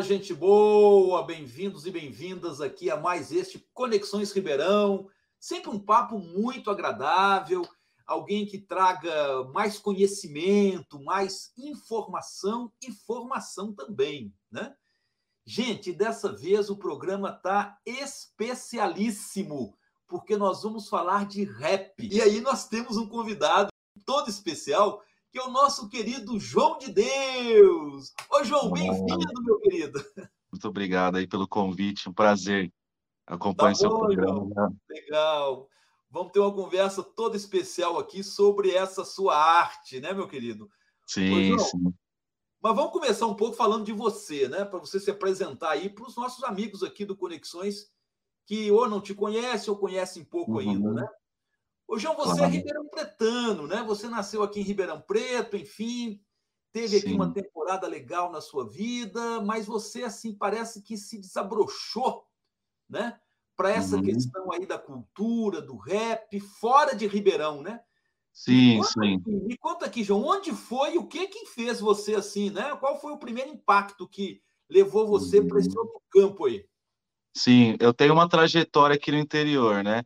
gente boa, bem-vindos e bem-vindas aqui a mais este Conexões Ribeirão. Sempre um papo muito agradável, alguém que traga mais conhecimento, mais informação e formação também, né? Gente, dessa vez o programa está especialíssimo, porque nós vamos falar de rap. E aí nós temos um convidado todo especial, que é o nosso querido João de Deus. Ô, João, bem-vindo, meu querido. Muito obrigado aí pelo convite, um prazer. Tá Acompanho seu bom, programa, João. né? Legal. Vamos ter uma conversa toda especial aqui sobre essa sua arte, né, meu querido? Ô, Sim, João, sim. mas vamos começar um pouco falando de você, né? Para você se apresentar aí para os nossos amigos aqui do Conexões, que ou não te conhecem ou conhecem pouco ainda, né? Uhum, Ô, João, você é claro. ribeirão-pretano, né? Você nasceu aqui em Ribeirão Preto, enfim, teve aqui uma Sim. temporada legal na sua vida, mas você, assim, parece que se desabrochou, né? Para essa Uhum. questão aí da cultura, do rap, fora de Ribeirão, né? Sim, sim. Me conta aqui, João, onde foi e o que fez você assim, né? Qual foi o primeiro impacto que levou você para esse Uhum. outro campo aí? Sim, eu tenho uma trajetória aqui no interior, né?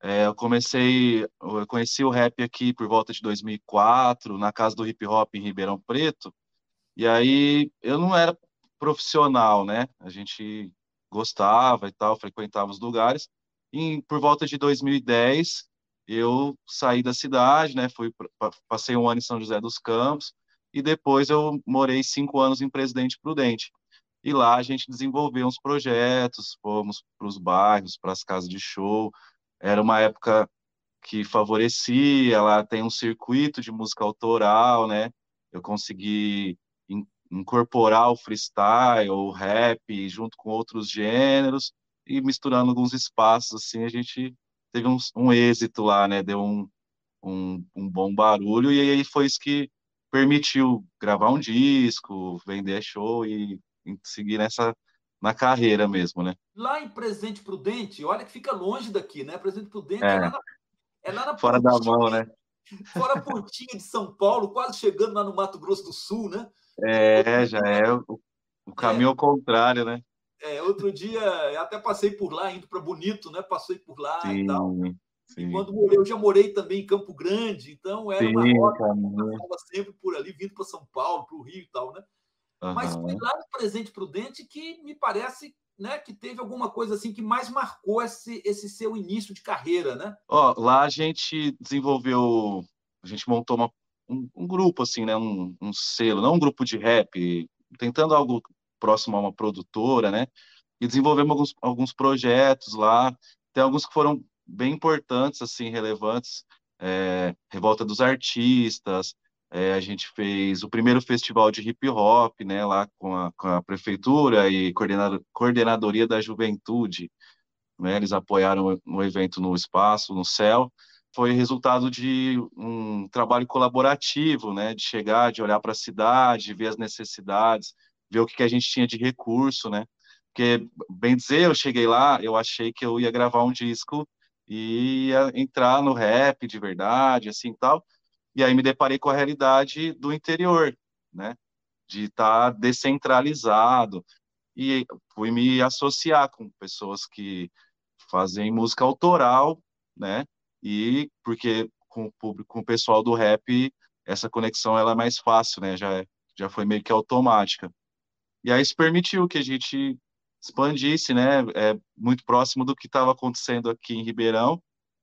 Eu conheci o rap aqui por volta de 2004, na casa do hip hop em Ribeirão Preto, e aí eu não era profissional, né? A gente gostava e tal, frequentava os lugares. E por volta de 2010, eu saí da cidade, né? Passei um ano em São José dos Campos e depois eu morei 5 anos em Presidente Prudente. E lá a gente desenvolveu uns projetos, fomos para os bairros, para as casas de show. Era uma época que favorecia, ela tem um circuito de música autoral, né? Eu consegui incorporar o freestyle, o rap, junto com outros gêneros, e misturando alguns espaços, assim, a gente teve um êxito lá, né? Deu um bom barulho, e aí foi isso que permitiu gravar um disco, vender show e seguir na carreira mesmo, né? Lá em Presidente Prudente, olha que fica longe daqui, né? Presidente Prudente É, é lá na fora da pontinha, mão, né? fora a pontinha de São Paulo, quase chegando lá no Mato Grosso do Sul, né? Outro Já dia, é o caminho é, ao contrário, né? outro dia eu até passei por lá, indo para Bonito, né? Passei por lá e tal. Sim, E sim. quando morei, eu já morei também em Campo Grande, então era uma Sim, o rota que caminho. passava sempre por ali, vindo para São Paulo, para o Rio e tal, né? Mas foi Aham. lá no Presidente Prudente que me parece, né, que teve alguma coisa assim que mais marcou esse seu início de carreira, né? Ó, lá a gente montou um grupo, assim, né? Um selo, não um grupo de rap, tentando algo próximo a uma produtora, né? E desenvolvemos alguns projetos lá. Tem alguns que foram bem importantes, assim, relevantes. Revolta dos Artistas. A gente fez o primeiro festival de hip hop, né? Lá com a prefeitura e coordenadoria da juventude, né? Eles apoiaram o evento no espaço, no céu. Foi resultado de um trabalho colaborativo, né? De chegar, de olhar para a cidade, ver as necessidades, ver o que que a gente tinha de recurso, né? Porque, bem dizer, eu cheguei lá, eu achei que eu ia gravar um disco e ia entrar no rap de verdade, assim, tal. E aí me deparei com a realidade do interior, né? De estar descentralizado, e fui me associar com pessoas que fazem música autoral, né? E porque com o público, com o pessoal do rap, essa conexão ela é mais fácil, né? Já foi meio que automática. E aí isso permitiu que a gente expandisse, né? Muito próximo do que estava acontecendo aqui em Ribeirão.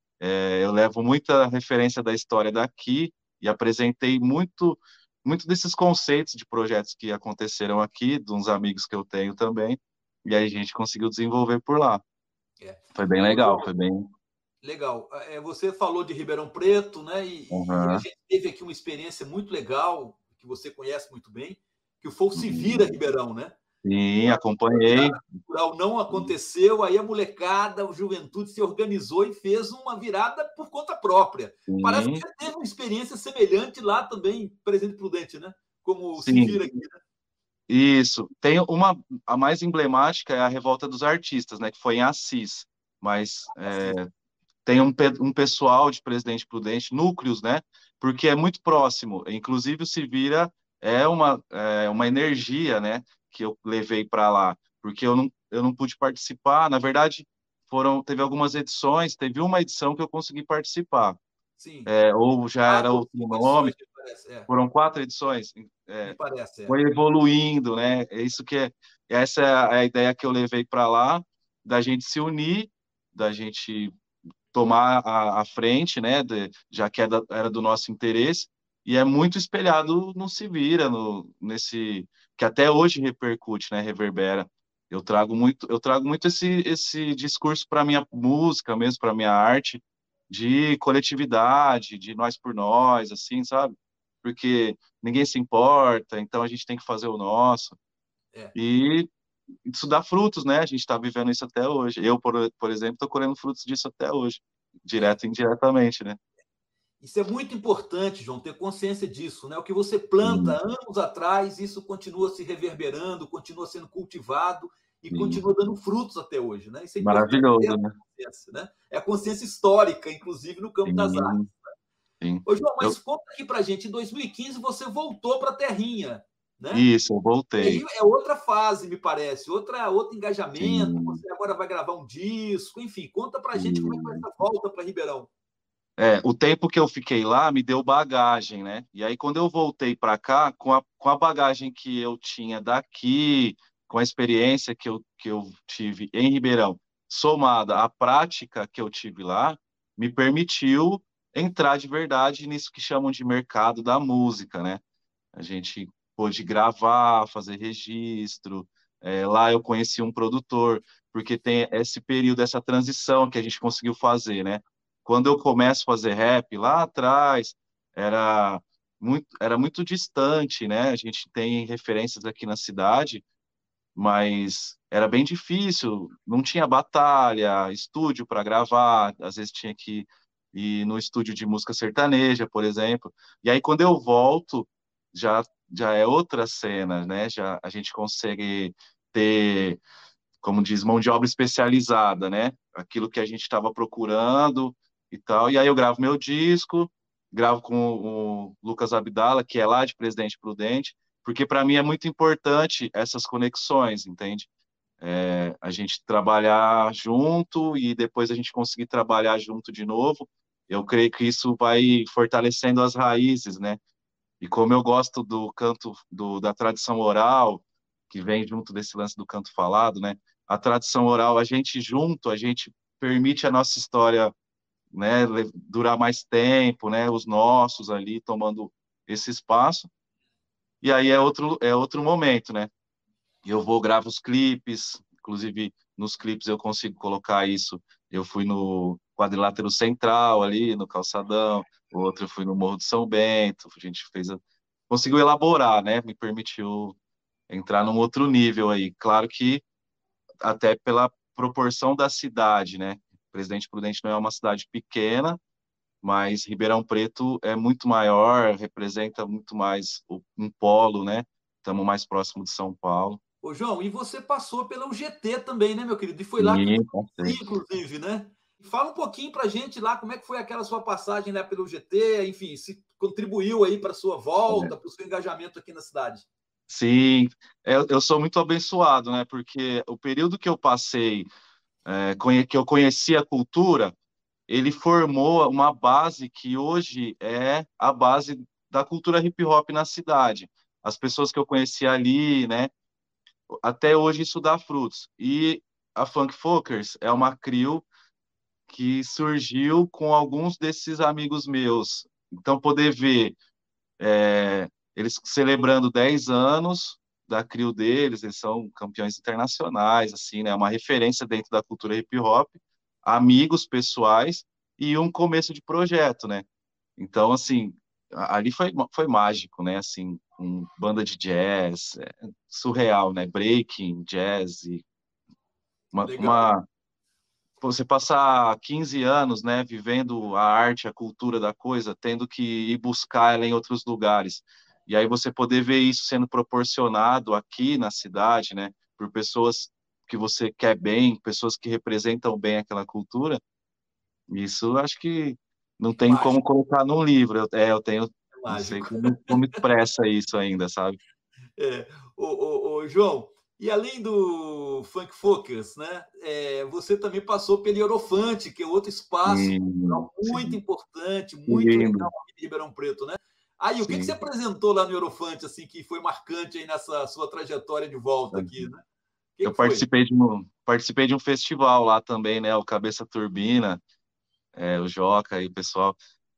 Eu levo muita referência da história daqui e apresentei muito desses conceitos de projetos que aconteceram aqui, de uns amigos que eu tenho também, e aí a gente conseguiu desenvolver por lá. É. Foi bem Ô, legal, João, foi bem. legal. Você falou de Ribeirão Preto, né? E a Aham. gente teve aqui uma experiência muito legal, que você conhece muito bem, que foi o Se Vira Uhum. Ribeirão, né? Sim, A virada acompanhei. cultural não aconteceu, aí a molecada, a juventude se organizou e fez uma virada por conta própria. Parece que Sim, você teve uma experiência semelhante lá também, Presidente Prudente, né? Como se sim. vira aqui, né? Isso. A mais emblemática é a Revolta dos Artistas, né, que foi em Assis. Mas Assim, tem um pessoal de Presidente Prudente, núcleos, né? Porque é muito próximo. Inclusive, o Se Vira é uma energia, né? que eu levei para lá, porque eu não pude participar. Na verdade, teve algumas edições, teve uma edição que eu consegui participar, Sim. ou já era 4 ou outro 5 nome, edições, me parece. foram 4 edições, Me parece, foi evoluindo, né? É isso que essa é a ideia que eu levei para lá, da gente se unir, da gente tomar a frente, né? Já que era do nosso interesse, e é muito espelhado no Se Vira, nesse que até hoje repercute, né? Reverbera. Eu trago muito esse discurso para minha música mesmo, para minha arte, de coletividade, de nós por nós, assim, sabe? Porque ninguém se importa, então a gente tem que fazer o nosso. é. E isso dá frutos, né? A gente está vivendo isso até hoje. Eu, por exemplo, estou colhendo frutos disso até hoje, É. direto e indiretamente, né? Isso é muito importante, João, ter consciência disso, né? O que você planta Sim, anos atrás, isso continua se reverberando, continua sendo cultivado e sim. continua dando frutos até hoje, né? Isso é importante ter Maravilhoso, essa né? consciência, né? É a consciência histórica, inclusive no campo das artes. Sim, sim. Ô, João, Eu, mas conta aqui pra gente, em 2015 você voltou para a Terrinha, né? isso, eu E aí voltei. é outra fase, me parece, outro engajamento. Sim, Você agora vai gravar um disco, enfim, conta pra gente como é que foi sim. essa volta para Ribeirão. O tempo que eu fiquei lá me deu bagagem, né? E aí, quando eu voltei para cá, com a bagagem que eu tinha daqui, com a experiência que eu tive em Ribeirão, somada à prática que eu tive lá, me permitiu entrar de verdade nisso que chamam de mercado da música, né? A gente pôde gravar, fazer registro. Lá eu conheci um produtor, porque tem esse período, essa transição que a gente conseguiu fazer, né? Quando eu começo a fazer rap lá atrás, era era muito distante, né? A gente tem referências aqui na cidade, mas era bem difícil, não tinha batalha, estúdio para gravar, às vezes tinha que ir no estúdio de música sertaneja, por exemplo. E aí quando eu volto, já já é outra cena, né? Já a gente consegue ter, como diz, mão de obra especializada, né? Aquilo que a gente estava procurando e tal. E aí eu gravo meu disco, gravo com o Lucas Abdala, que é lá de Presidente Prudente, porque para mim é muito importante essas conexões, entende? A gente trabalhar junto e depois a gente conseguir trabalhar junto de novo. Eu creio que isso vai fortalecendo as raízes, né? E como eu gosto do canto, da tradição oral, que vem junto desse lance do canto falado, né? A tradição oral, a gente junto, a gente permite a nossa história, né, durar mais tempo, né? Os nossos ali tomando esse espaço. E aí é outro momento, né? Eu vou gravo os clipes, inclusive nos clipes eu consigo colocar isso. Eu fui no quadrilátero central ali, no Calçadão, o outro eu fui no Morro de São Bento, a gente conseguiu elaborar, né? Me permitiu entrar num outro nível aí. Claro que até pela proporção da cidade, né? Presidente Prudente não é uma cidade pequena, mas Ribeirão Preto é muito maior, representa muito mais um polo, né? Estamos mais próximo de São Paulo. Ô, João, e você passou pela UGT também, né, meu querido? E foi lá que Sim, você com conheci, certeza. inclusive, né? Fala um pouquinho pra gente lá como é que foi aquela sua passagem lá pela UGT, enfim, se contribuiu aí para sua volta, para o seu engajamento aqui na cidade. Sim, eu sou muito abençoado, né? Porque o período que eu passei, que eu conheci a cultura, ele formou uma base que hoje é a base da cultura hip hop na cidade. As pessoas que eu conheci ali, né? Até hoje isso dá frutos. E a Funk Fokers é uma crew que surgiu com alguns desses amigos meus. Então, poder ver eles celebrando 10 anos da crew deles, eles são campeões internacionais, assim, né? Uma referência dentro da cultura hip hop, amigos pessoais e um começo de projeto, né? Então, assim, ali foi mágico, né? Assim, banda de jazz, surreal, né? Breaking, jazz, e Legal. uma você passar 15 anos, né, vivendo a arte, a cultura da coisa, tendo que ir buscar ela em outros lugares. E aí você poder ver isso sendo proporcionado aqui na cidade, né, por pessoas que você quer bem, pessoas que representam bem aquela cultura, isso eu acho que não É tem como mágico, colocar num livro. Eu tenho, é não sei mágico. como expressa isso ainda, sabe? É. Ô, João, e além do Funk Focus, né, você também passou pelo Hierofante, que é outro espaço cultural muito importante, muito legal aqui em Ribeirão Preto, né? Aí, o que você apresentou lá no Hierofante, assim, que foi marcante aí nessa sua trajetória de volta aqui, né? Eu participei de um festival lá também, né? O Cabeça Turbina, o Joca e o pessoal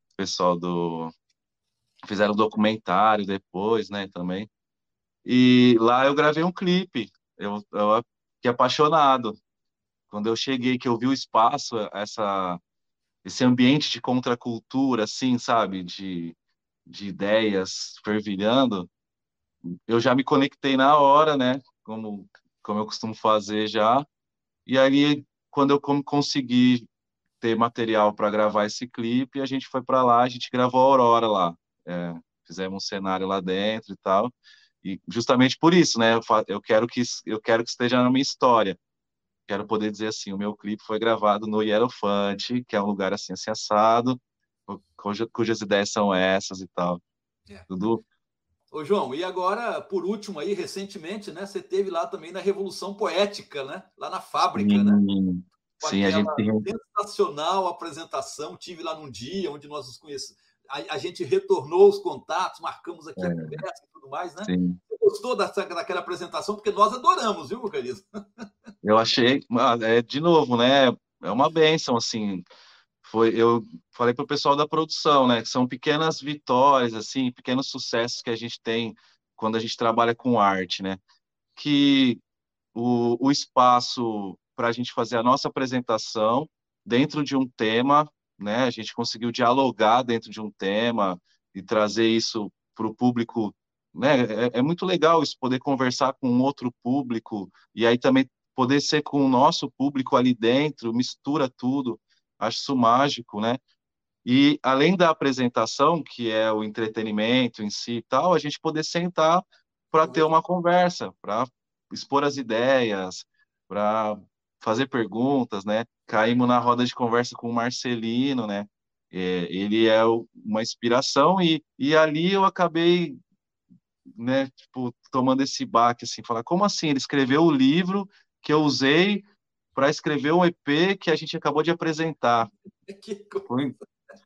fizeram um documentário depois, né, também. E lá eu gravei um clipe. Eu fiquei apaixonado. Quando eu cheguei, que eu vi o espaço, esse ambiente de contracultura, assim, sabe? De ideias fervilhando, eu já me conectei na hora, né? Como eu costumo fazer já. E aí, quando eu consegui ter material para gravar esse clipe, a gente foi para lá, a gente gravou a Aurora lá. Fizemos um cenário lá dentro e tal. E justamente por isso, né? Eu quero que esteja na minha história. Quero poder dizer assim, o meu clipe foi gravado no Hierofante, que é um lugar assim assado, cujas ideias são essas e tal. Tudo. Ô, João, e agora, por último aí, recentemente, né, você teve lá também na Revolução Poética, né? Lá na fábrica, né? Com Sim, a gente tem sensacional apresentação, tive lá num dia onde nós nos conhecemos, a gente retornou os contatos, marcamos aqui a conversa e tudo mais, né? Sim. Você gostou daquela apresentação? Porque nós adoramos, viu, meu querido? Eu achei, de novo, né? É uma bênção, assim. Eu falei para o pessoal da produção, né? Que são pequenas vitórias, assim, pequenos sucessos que a gente tem quando a gente trabalha com arte, né? Que o espaço para a gente fazer a nossa apresentação dentro de um tema, né? A gente conseguiu dialogar dentro de um tema e trazer isso para o público, né? É muito legal isso, poder conversar com um outro público e aí também poder ser com o nosso público ali dentro, mistura tudo. Acho isso mágico, né? E além da apresentação, que é o entretenimento em si e tal, a gente poder sentar para ter uma conversa, para expor as ideias, para fazer perguntas, né? Caímos na roda de conversa com o Marcelino, né? Ele é uma inspiração e ali eu acabei, né, tipo, tomando esse baque, assim, falar, como assim? Ele escreveu o livro que eu usei para escrever um EP que a gente acabou de apresentar. Foi...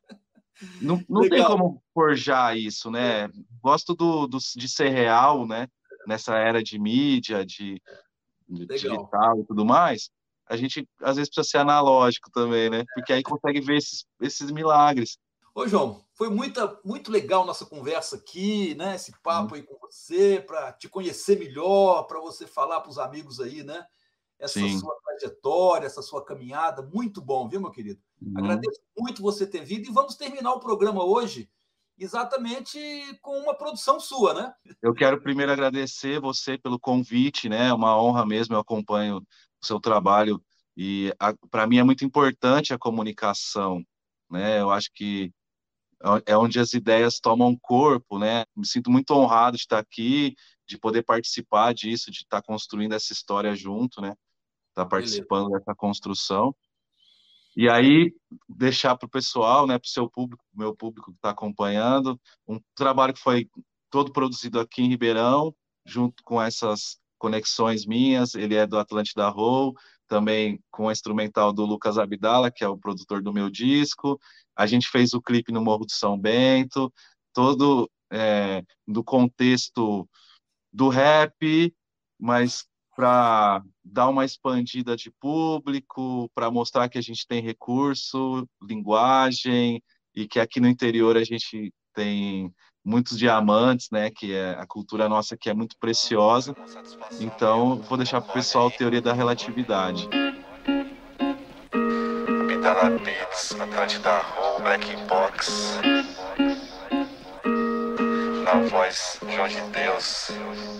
Não tem como forjar isso, né? Gosto de ser real, né? Nessa era de mídia, de digital e tudo mais, a gente às vezes precisa ser analógico também, né? Porque aí consegue ver esses milagres. Ô, João, foi muito legal nossa conversa aqui, né? Esse papo aí com você, para te conhecer melhor, para você falar para os amigos aí, né? Essa sua trajetória, essa sua caminhada, muito bom, viu, meu querido? Agradeço muito você ter vindo e vamos terminar o programa hoje exatamente com uma produção sua, né? Eu quero primeiro agradecer você pelo convite, né? É uma honra mesmo, eu acompanho o seu trabalho e para mim é muito importante a comunicação, né? Eu acho que é onde as ideias tomam corpo, né? Me sinto muito honrado de estar aqui, de poder participar disso, de estar construindo essa história junto, né? Estar participando dessa construção. E aí, deixar para o pessoal, né, para o seu público, meu público que está acompanhando, um trabalho que foi todo produzido aqui em Ribeirão, junto com essas conexões minhas. Ele é do Atlântida Roll, também com a instrumental do Lucas Abdala, que é o produtor do meu disco. A gente fez o clipe no Morro do São Bento, todo do contexto do rap, mas para dar uma expandida de público, para mostrar que a gente tem recurso, linguagem, e que aqui no interior a gente tem muitos diamantes, né, que é a cultura nossa que é muito preciosa. Então, vou deixar para o pessoal a teoria da relatividade. Abdala Beats, Atlântida Roll, Black Box. Na voz, João de Deus.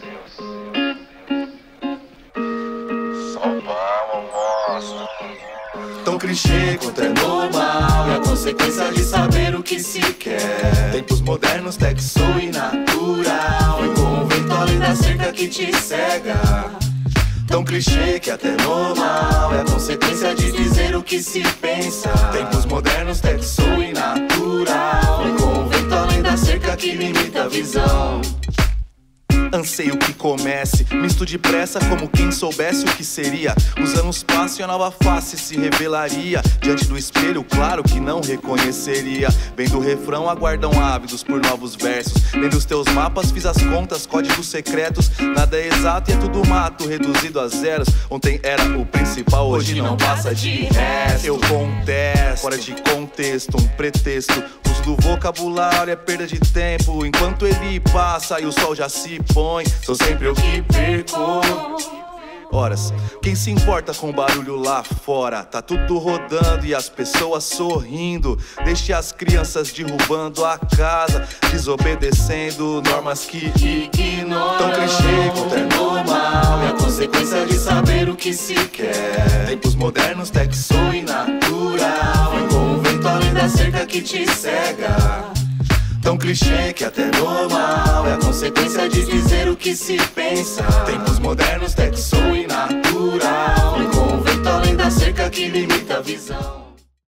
Tão clichê quanto é normal, é a consequência de saber o que se quer. Tempos modernos, tech soul e natural, e com o vento além da cerca que te cega. Tão clichê que até normal, é a consequência de dizer o que se pensa. Tempos modernos, tech soul e natural, e com o vento além da cerca que limita a visão. Anseio que comece, misto depressa como quem soubesse o que seria. Os anos passam e a nova face se revelaria. Diante do espelho, claro que não reconheceria. Vendo o refrão, aguardam ávidos por novos versos. Lendo os teus mapas, fiz as contas, códigos secretos. Nada é exato e é tudo mato, reduzido a zeros. Ontem era o principal, hoje não passa de resto. Eu contesto, fora de contexto, um pretexto. Uso do vocabulário é perda de tempo. Enquanto ele passa e o sol já se põe, sou sempre eu que perco. Horas, quem se importa com o barulho lá fora? Tá tudo rodando e as pessoas sorrindo. Deixe as crianças derrubando a casa, desobedecendo normas que ignoram. Tão clichê quanto é normal, e a consequência de saber o que se quer. Tempos modernos, texto e natural, com o vento além da cerca que te cega. Tão clichê que até normal, é a consequência de dizer o que se pensa. Tempos modernos, texto e natural, com o vento além da cerca que limita a visão.